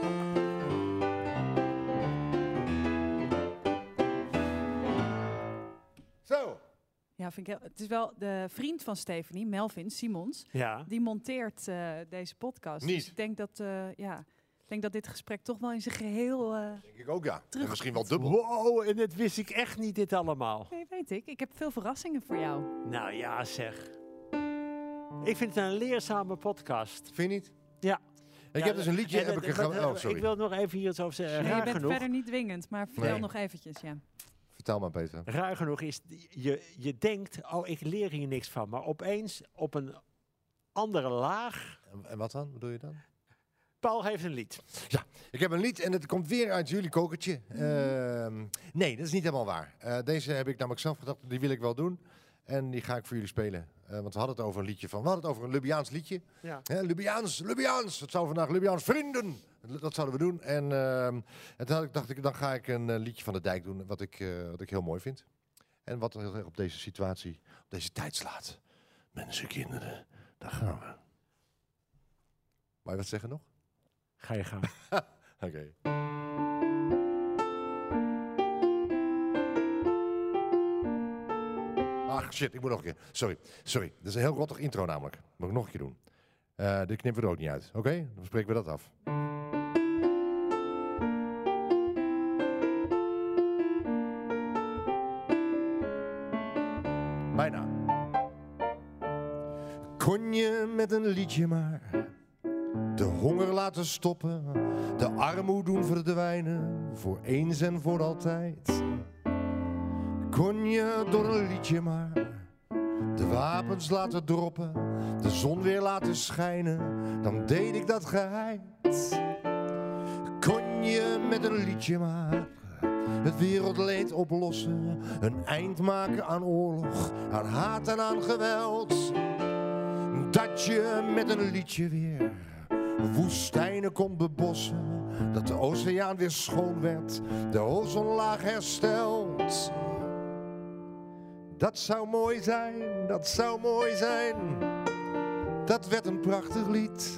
Zo. Ja, het is wel de vriend van Stefanie, Melvin Simons, die monteert deze podcast. Niet. Dus ik denk dat dit gesprek toch wel in zijn geheel denk ik ook, ja. Terug. En misschien wel dubbel. Wow, en dat wist ik echt niet, dit allemaal. Nee, weet ik. Ik heb veel verrassingen voor jou. Nou ja, zeg. Ik vind het een leerzame podcast. Vind je niet? Ja. Ik heb dus een liedje... Ik wil nog even hier iets over zeggen. Nee, je bent verder niet dwingend, maar vertel nog eventjes, ja. Vertel maar, Peter. Raar genoeg is, je denkt, ik leer hier niks van. Maar opeens op een andere laag... En wat dan? Wat bedoel je dan? Paul heeft een lied. Ja, ik heb een lied en het komt weer uit jullie kokertje. Nee, dat is niet helemaal waar. Deze heb ik namelijk zelf gedacht, die wil ik wel doen. En die ga ik voor jullie spelen. Want we hadden het over een liedje we hadden het over een Lubiaans liedje. Ja. Lubiaans. Het zou vandaag Lubiaans vrienden. Dat zouden we doen. En toen dacht ik, dan ga ik een liedje van de Dijk doen, wat ik heel mooi vind. En wat heel erg op deze situatie, op deze tijd slaat. Mensen, kinderen, daar gaan we. Mag je wat zeggen nog? Ga je gang. Oké. Ach, shit, ik moet nog een keer. Sorry. Dat is een heel rottig intro namelijk. Moet ik nog een keer doen. Dit knippen we er ook niet uit. Oké? Dan spreken we dat af. Bijna. Kon je met een liedje maar de honger laten stoppen, de armoede doen verdwijnen, voor eens en voor altijd. Kon je door een liedje maar de wapens laten droppen, de zon weer laten schijnen, dan deed ik dat geheid. Kon je met een liedje maar het wereldleed oplossen, een eind maken aan oorlog, aan haat en aan geweld. Dat je met een liedje weer woestijnen kon bebossen, dat de oceaan weer schoon werd, de ozonlaag hersteld. Dat zou mooi zijn, dat zou mooi zijn. Dat werd een prachtig lied.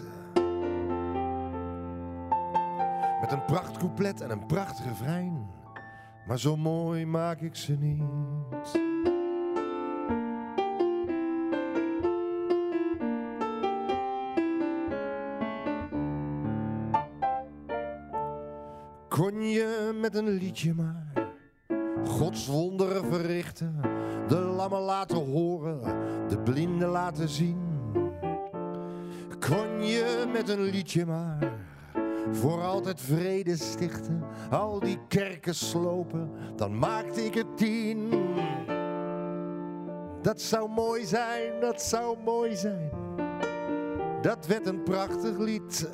Met een prachtcouplet en een prachtig refrein. Maar zo mooi maak ik ze niet. Kon je met een liedje maar Gods wonderen verrichten, de lammen laten horen, de blinden laten zien. Kon je met een liedje maar voor altijd vrede stichten, al die kerken slopen, dan maakte ik het 10. Dat zou mooi zijn, dat zou mooi zijn. Dat werd een prachtig lied.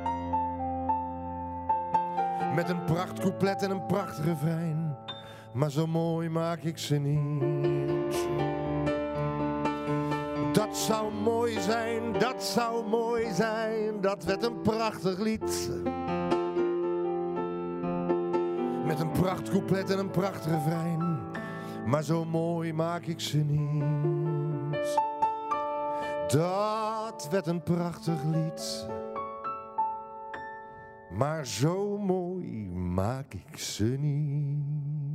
Met een prachtcouplet en een prachtig refrein. Maar zo mooi maak ik ze niet. Dat zou mooi zijn, dat zou mooi zijn. Dat werd een prachtig lied. Met een prachtcouplet en een prachtig refrein. Maar zo mooi maak ik ze niet. Dat werd een prachtig lied. Maar zo mooi maak ik ze niet.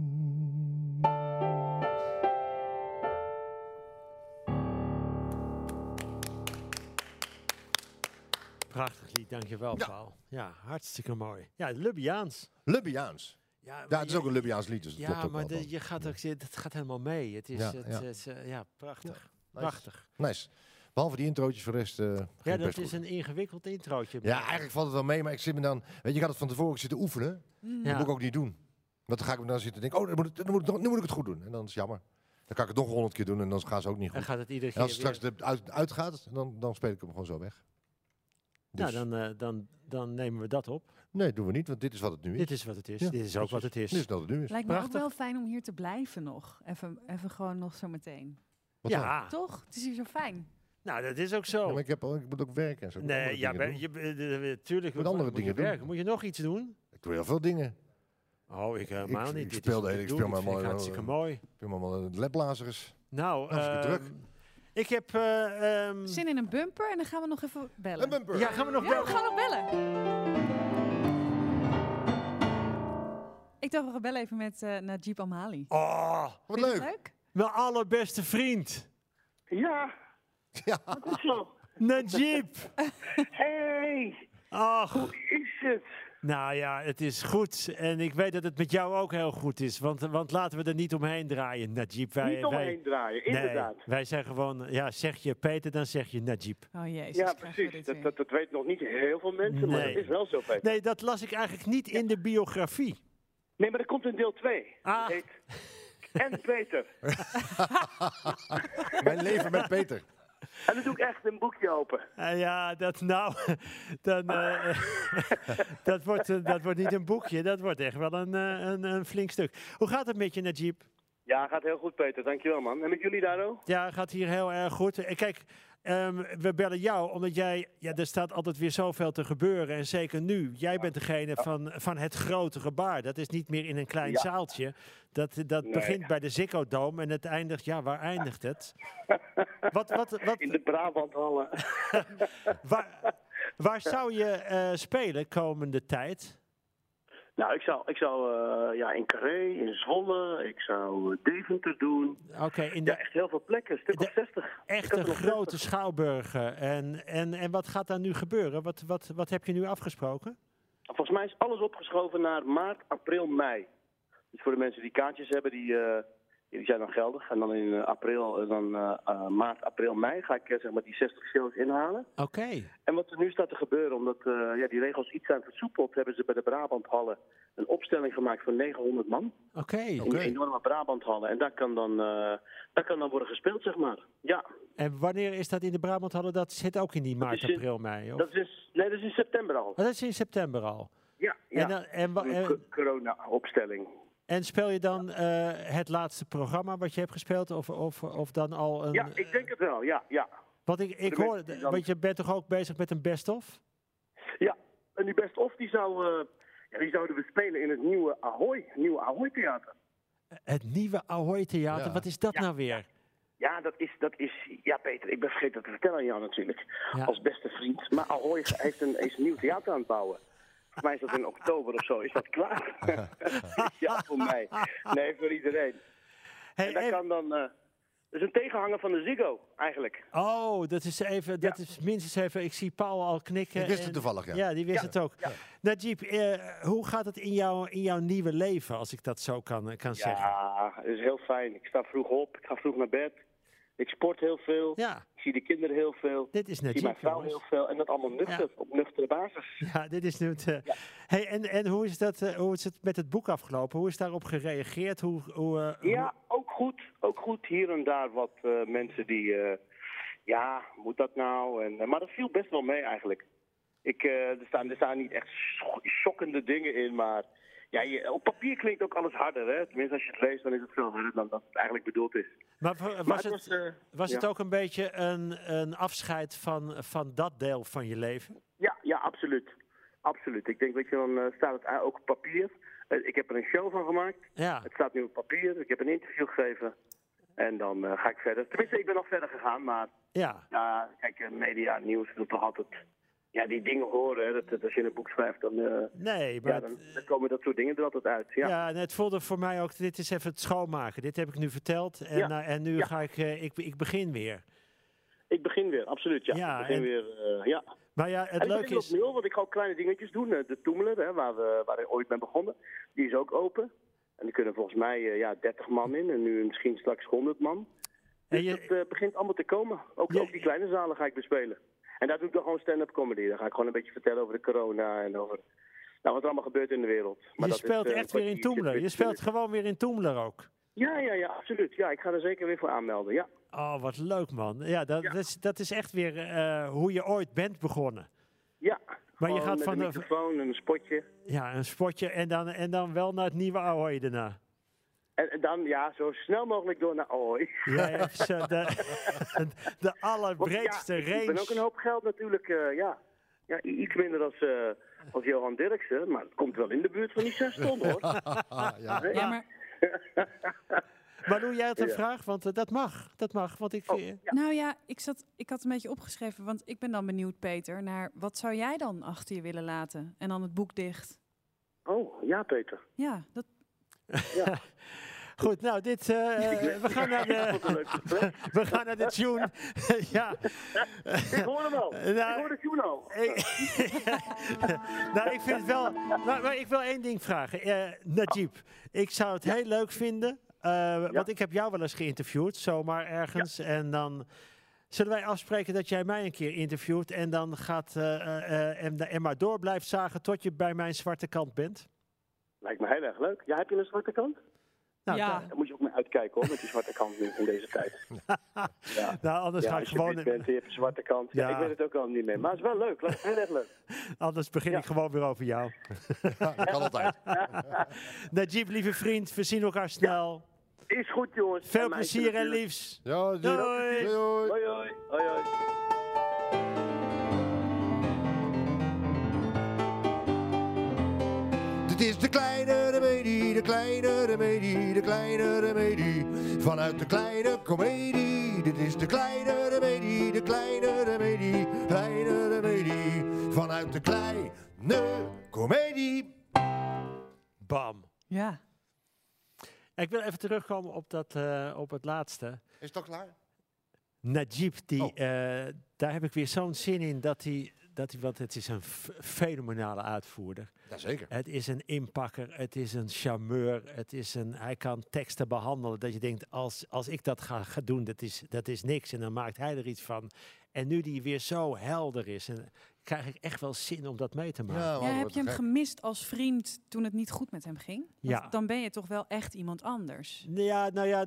Prachtig lied, dankjewel Paul. Ja, hartstikke mooi. Ja, Lubiaans. Lubiaans. Ja, het is ook een Lubiaans lied, dus dat klopt ook maar wel. Het gaat helemaal mee. Het is prachtig. Nice. Prachtig. Nice. Behalve die introotjes voor de rest. Ja, dat is een ingewikkeld introotje. Ja, eigenlijk valt het wel mee, maar ik zit me dan... Weet je, ik had het van tevoren zitten oefenen. Dat moet ik ook niet doen. Want dan ga ik me dan zitten denken, nu moet ik het goed doen. En dan is het jammer. Dan kan ik het nog 100 keer doen en dan gaan ze ook niet goed. En gaat het iedere keer en als het straks uitgaat, dan speel ik hem gewoon zo weg. Dus. Nou, dan nemen we dat op. Nee, doen we niet, want dit is wat het nu is. Dit is wat het is. Ja, dit is ook wat het is. Dit is wat het nu is. Lijkt me ook wel fijn om hier te blijven nog. Even gewoon nog zo meteen. Wat ja. dan? Toch? Het is hier zo fijn. Nou, dat is ook zo. Ja, maar ik moet ook werken en zo. Nee, ja, tuurlijk. Moet andere dingen doen. Werken. Moet je nog iets doen? Ik doe heel veel dingen. Oh, ik helemaal niet. Ik speel maar mooi. Hartstikke mooi. Ik speel maar mooi labblazers. Nou, druk. Ik heb... Zin in een bumper en dan gaan we nog even bellen. Een bumper? Ja, gaan we nog bellen? we gaan nog bellen. Ik dacht, we gaan bellen even met Najib Amhali. Oh, wat Vind je leuk. het leuk? mijn allerbeste vriend. Ja, Ja. dat is zo. Najib. Hey, Ach, hoe is het? nou ja, het is goed. En ik weet dat het met jou ook heel goed is. Want laten we er niet omheen draaien, Najib. Niet omheen draaien, inderdaad. Nee, wij zeggen gewoon, ja, zeg je Peter, dan zeg je Najib. Oh jezus, Ja, krijgen we precies. dit weer. Dat weten nog niet heel veel mensen, maar Nee. dat is wel zo, Peter. Nee, dat las ik eigenlijk niet in de biografie. Nee, maar dat komt in deel 2. Ah. Die heet En Peter. Mijn leven met Peter. En dan doe ik echt een boekje open. Ja, dan, dat wordt niet een boekje, dat wordt echt wel een flink stuk. Hoe gaat het met je, Najib? Ja, gaat heel goed, Peter. Dankjewel, man. En met jullie daar ook? Ja, gaat hier heel erg goed. Kijk, we bellen jou omdat jij... Ja, er staat altijd weer zoveel te gebeuren. En zeker nu. Jij bent degene van het grote gebaar. Dat is niet meer in een klein zaaltje. Dat begint bij de Ziggo Dome en het eindigt... Ja, waar eindigt het? Wat? In de Brabanthallen. Waar zou je spelen komende tijd? Nou, ik zou in Carré, in Zwolle, ik zou Deventer doen. Oké, Ja, echt heel veel plekken, een stuk of 60. Echte grote schouwburgen. En wat gaat daar nu gebeuren? Wat heb je nu afgesproken? Volgens mij is alles opgeschoven naar maart, april, mei. Dus voor de mensen die kaartjes hebben, die zijn dan geldig. En dan in maart, april, mei ga ik zeg maar die 60 shows inhalen. Oké. En wat er nu staat te gebeuren, omdat die regels iets zijn versoepeld, hebben ze bij de Brabanthallen een opstelling gemaakt van 900 man. Oké. In die enorme Brabanthallen. En daar kan dan worden gespeeld, zeg maar. Ja. En wanneer is dat in de Brabanthallen? Dat zit ook in die maart, april, mei? Of? Dat is in september al. Oh, dat is in september al. Ja. Een corona-opstelling. En speel je dan het laatste programma wat je hebt gespeeld? Of dan al een... Ja, ik denk het wel, ja. Want ik hoor, want je bent toch ook bezig met een best-of? Ja, en die best-of die zouden we spelen in het nieuwe Ahoy Theater. Het nieuwe Ahoy Theater, Ja. Wat is dat nou weer? Ja, dat is... Ja, Peter, ik ben vergeten dat te vertellen aan jou natuurlijk. Ja. Als beste vriend. Maar Ahoy is een nieuw theater aan het bouwen. Voor mij is dat in oktober of zo. Is dat klaar? Ja, voor mij. Nee, voor iedereen. Hey, en dat kan dan... dat is een tegenhanger van de Ziggo, eigenlijk. Oh, dat is minstens even... Ik zie Paul al knikken. Ik wist het toevallig, ja. Ja, die wist het ook. Ja. Najib, hoe gaat het in jouw nieuwe leven, als ik dat zo kan zeggen? Ja, het is heel fijn. Ik sta vroeg op, ik ga vroeg naar bed. Ik sport heel veel. Ja. Ik zie de kinderen heel veel. Dit is Ik zie Najib, mijn vrouw jongens. heel veel. En dat allemaal nuchter, op nuchtere basis. Ja, dit is nu het... Hey, en hoe is het met het boek afgelopen? Hoe is daarop gereageerd? Ja, ook goed. Ook goed. Hier en daar wat mensen die... moet dat nou? Maar dat viel best wel mee eigenlijk. Er staan niet echt schokkende dingen in, maar... Ja, op papier klinkt ook alles harder, hè? Tenminste, als je het leest, dan is het veel harder dan dat het eigenlijk bedoeld is. Maar was het ook een beetje een afscheid van dat deel van je leven? Ja, absoluut. Absoluut. Ik denk, dan staat het ook op papier. Ik heb er een show van gemaakt. Ja. Het staat nu op papier. Ik heb een interview gegeven. En dan ga ik verder. Tenminste, ik ben nog verder gegaan, maar... Ja. Kijk, media, nieuws, wil toch altijd... Ja, die dingen horen, hè, dat als je een boek schrijft, dan, nee, maar dan komen dat soort dingen er altijd uit. Ja, en het voelde voor mij ook, dit is even het schoonmaken. Dit heb ik nu verteld en nu ga ik begin weer. Ik begin weer, absoluut, ja. Ik begin weer, ja. Maar ja, het leuke is... opnieuw, want ik ga ook kleine dingetjes doen. De Toemeler, hè, waar ik ooit ben begonnen, die is ook open. En er kunnen volgens mij 30 man in en nu misschien straks 100 man. Dus het begint allemaal te komen. Ook die kleine zalen ga ik bespelen. En daar doe ik dan gewoon stand-up comedy. Dan ga ik gewoon een beetje vertellen over de corona en over wat er allemaal gebeurt in de wereld. Maar je speelt echt weer in Toemler. Je speelt gewoon weer in Toemler ook. Ja, absoluut. Ja, ik ga er zeker weer voor aanmelden, ja. Oh, wat leuk, man. Ja, dat is echt weer hoe je ooit bent begonnen. Ja, maar je gaat met van een microfoon en een spotje. Ja, een spotje en dan wel naar het nieuwe Ahoy daarna. En dan, zo snel mogelijk door naar Ahoy. Ja, de allerbreedste range. Ik ben ook een hoop geld natuurlijk, Ja, iets minder als Johan Derksen, maar het komt wel in de buurt van die 6 ton, hoor. Ja, maar... Maar doe jij het een vraag? Want dat mag. Want ik... Nou ja, ik had een beetje opgeschreven, want ik ben dan benieuwd, Peter, naar wat zou jij dan achter je willen laten? En dan het boek dicht. Oh, ja, Peter. Ja, dat... Ja. Goed, nou, we gaan naar de tune. Ja. Ik hoor hem al. Ik hoor de tune al. Nou, ik vind het wel... Maar ik wil één ding vragen. Najib, ik zou het heel leuk vinden... Want ik heb jou wel eens geïnterviewd, zomaar ergens. Ja. En dan zullen wij afspreken dat jij mij een keer interviewt... en dan gaat en maar door blijft zagen tot je bij mijn zwarte kant bent. Lijkt me heel erg leuk. Ja, heb je een zwarte kant? Nou, ja. Daar moet je ook mee uitkijken, hoor, met die zwarte kant in deze tijd. Ja. Nou, anders ga ik gewoon... Als je bent, je hebt een zwarte kant. Ja, ik weet het ook al niet meer. Maar het is wel leuk. Heel erg leuk. Anders begin ik gewoon weer over jou. Ja, dat kan altijd. Najib, lieve vriend, we zien elkaar snel. Ja. Is goed, jongens. Veel plezier en liefs. Ja, doei. Hoi. Hoi, hoi. Hoi, hoi. Dit is de kleine remedie, de kleine remedie, de kleine remedie. Vanuit de kleine komedie. Dit is de kleine remedie, de kleine remedie, kleine remedie. Vanuit de kleine komedie. Bam. Ja. Ik wil even terugkomen op het laatste. Is het al klaar? Najib, daar heb ik weer zo'n zin in dat hij, want het is een fenomenale uitvoerder. Jazeker. Het is een inpakker, het is een charmeur, hij kan teksten behandelen dat je denkt, als ik dat ga doen, dat is niks. En dan maakt hij er iets van. En nu die weer zo helder is, en krijg ik echt wel zin om dat mee te maken. Ja, heb je hem gemist als vriend toen het niet goed met hem ging? Want dan ben je toch wel echt iemand anders. Ja, nou ja,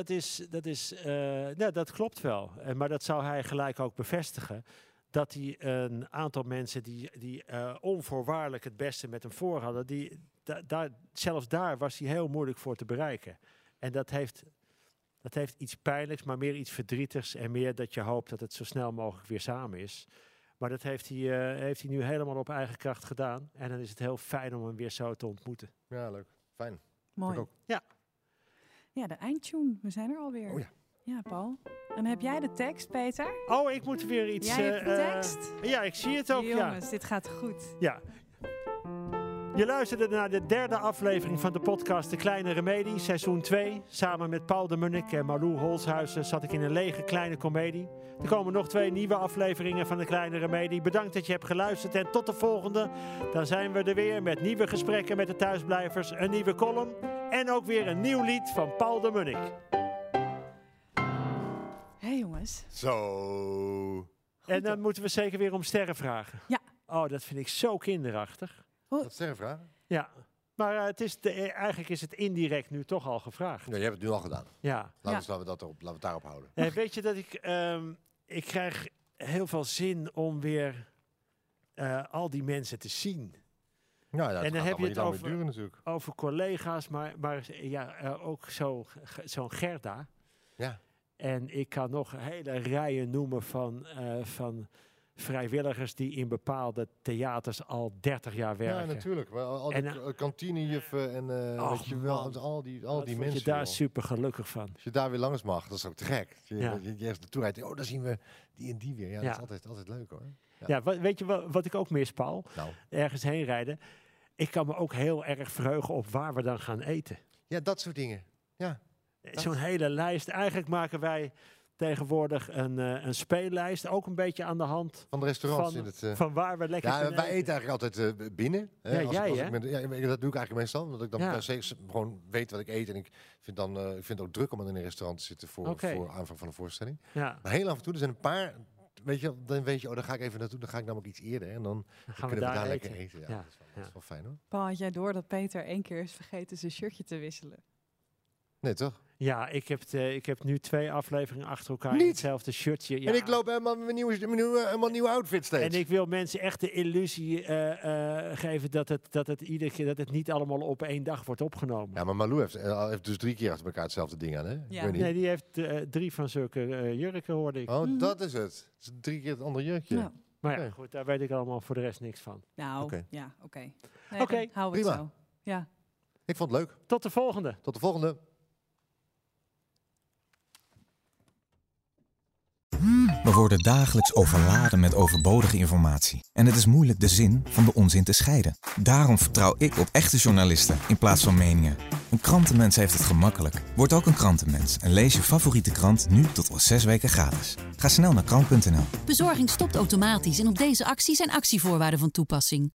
dat klopt wel. Maar dat zou hij gelijk ook bevestigen. Dat hij een aantal mensen die onvoorwaardelijk het beste met hem voor hadden, zelfs daar was hij heel moeilijk voor te bereiken. En dat heeft iets pijnlijks, maar meer iets verdrietigs en meer dat je hoopt dat het zo snel mogelijk weer samen is. Maar dat heeft hij nu helemaal op eigen kracht gedaan. En dan is het heel fijn om hem weer zo te ontmoeten. Ja, leuk. Fijn. Mooi. Ook. Ja. Ja, de eindtune. We zijn er alweer. Oh ja. Ja, Paul. En heb jij de tekst, Peter? Oh, ik moet weer iets... Jij hebt de tekst? Ja, ik zie het ook, Jongens, dit gaat goed. Ja. Je luisterde naar de 3e aflevering van de podcast De Kleine Remedie, seizoen 2. Samen met Paul de Munnik en Malou Holshuizen zat ik in een lege kleine komedie. Er komen nog 2 nieuwe afleveringen van De Kleine Remedie. Bedankt dat je hebt geluisterd en tot de volgende. Dan zijn we er weer met nieuwe gesprekken met de thuisblijvers, een nieuwe column en ook weer een nieuw lied van Paul de Munnik. Hé jongens. Zo. En dan moeten we zeker weer om sterren vragen. Ja. Oh, dat vind ik zo kinderachtig. Dat sterrenvragen? Ja. Maar eigenlijk is het indirect nu toch al gevraagd. Ja, je hebt het nu al gedaan. Ja. Laten we het daarop houden. Weet je dat ik krijg heel veel zin om weer al die mensen te zien. Ja, dat en dan gaat heb je het over, duren, natuurlijk. Over collega's, maar ook zo'n Gerda. Ja. En ik kan nog hele rijen noemen van vrijwilligers die in bepaalde theaters al 30 jaar werken. Ja, natuurlijk. Al die kantinejuffen en weet je wel, al die mensen. Word je daar super gelukkig van. Als je daar weer langs mag, dat is ook te gek. Je ergens naartoe rijdt, daar zien we die en die weer. Ja, dat is altijd leuk, hoor. Ja, weet je wat ik ook mis, Paul? Nou. Ergens heen rijden. Ik kan me ook heel erg verheugen op waar we dan gaan eten. Ja, dat soort dingen. Ja. Zo'n hele lijst. Eigenlijk maken wij tegenwoordig een speellijst. Ook een beetje aan de hand van de restaurants. Van waar we lekker kunnen wij eten eigenlijk altijd binnen. Hè? Dat doe ik eigenlijk meestal. Omdat ik dan gewoon weet wat ik eet. En ik vind het ook druk om in een restaurant te zitten voor aanvang van een voorstelling. Ja. Maar heel af en toe, er zijn een paar... Weet je, dan weet je, dan ga ik even naartoe. Dan ga ik namelijk iets eerder. En dan kunnen we daar lekker eten. Ja, dat is wel fijn hoor. Paul, had jij door dat Peter 1 keer is vergeten zijn shirtje te wisselen? Nee, toch? Ja, ik heb nu 2 afleveringen achter elkaar in hetzelfde shirtje. Ja. En ik loop helemaal met mijn nieuwe outfit steeds. En ik wil mensen echt de illusie geven dat het iedere keer dat het niet allemaal op 1 dag wordt opgenomen. Ja, maar Malou heeft dus 3 keer achter elkaar hetzelfde ding aan, hè? Ja. Nee, die heeft 3 van zulke jurken, hoorde ik. Oh, dat is het. Het is 3 keer het andere jurkje. Ja. Maar ja, goed, daar weet ik allemaal voor de rest niks van. Nou, oké. Nee, hou het zo. Ja. Ik vond het leuk. Tot de volgende. Tot de volgende. We worden dagelijks overladen met overbodige informatie. En het is moeilijk de zin van de onzin te scheiden. Daarom vertrouw ik op echte journalisten in plaats van meningen. Een krantenmens heeft het gemakkelijk. Word ook een krantenmens en lees je favoriete krant nu tot wel 6 weken gratis. Ga snel naar krant.nl. Bezorging stopt automatisch en op deze actie zijn actievoorwaarden van toepassing.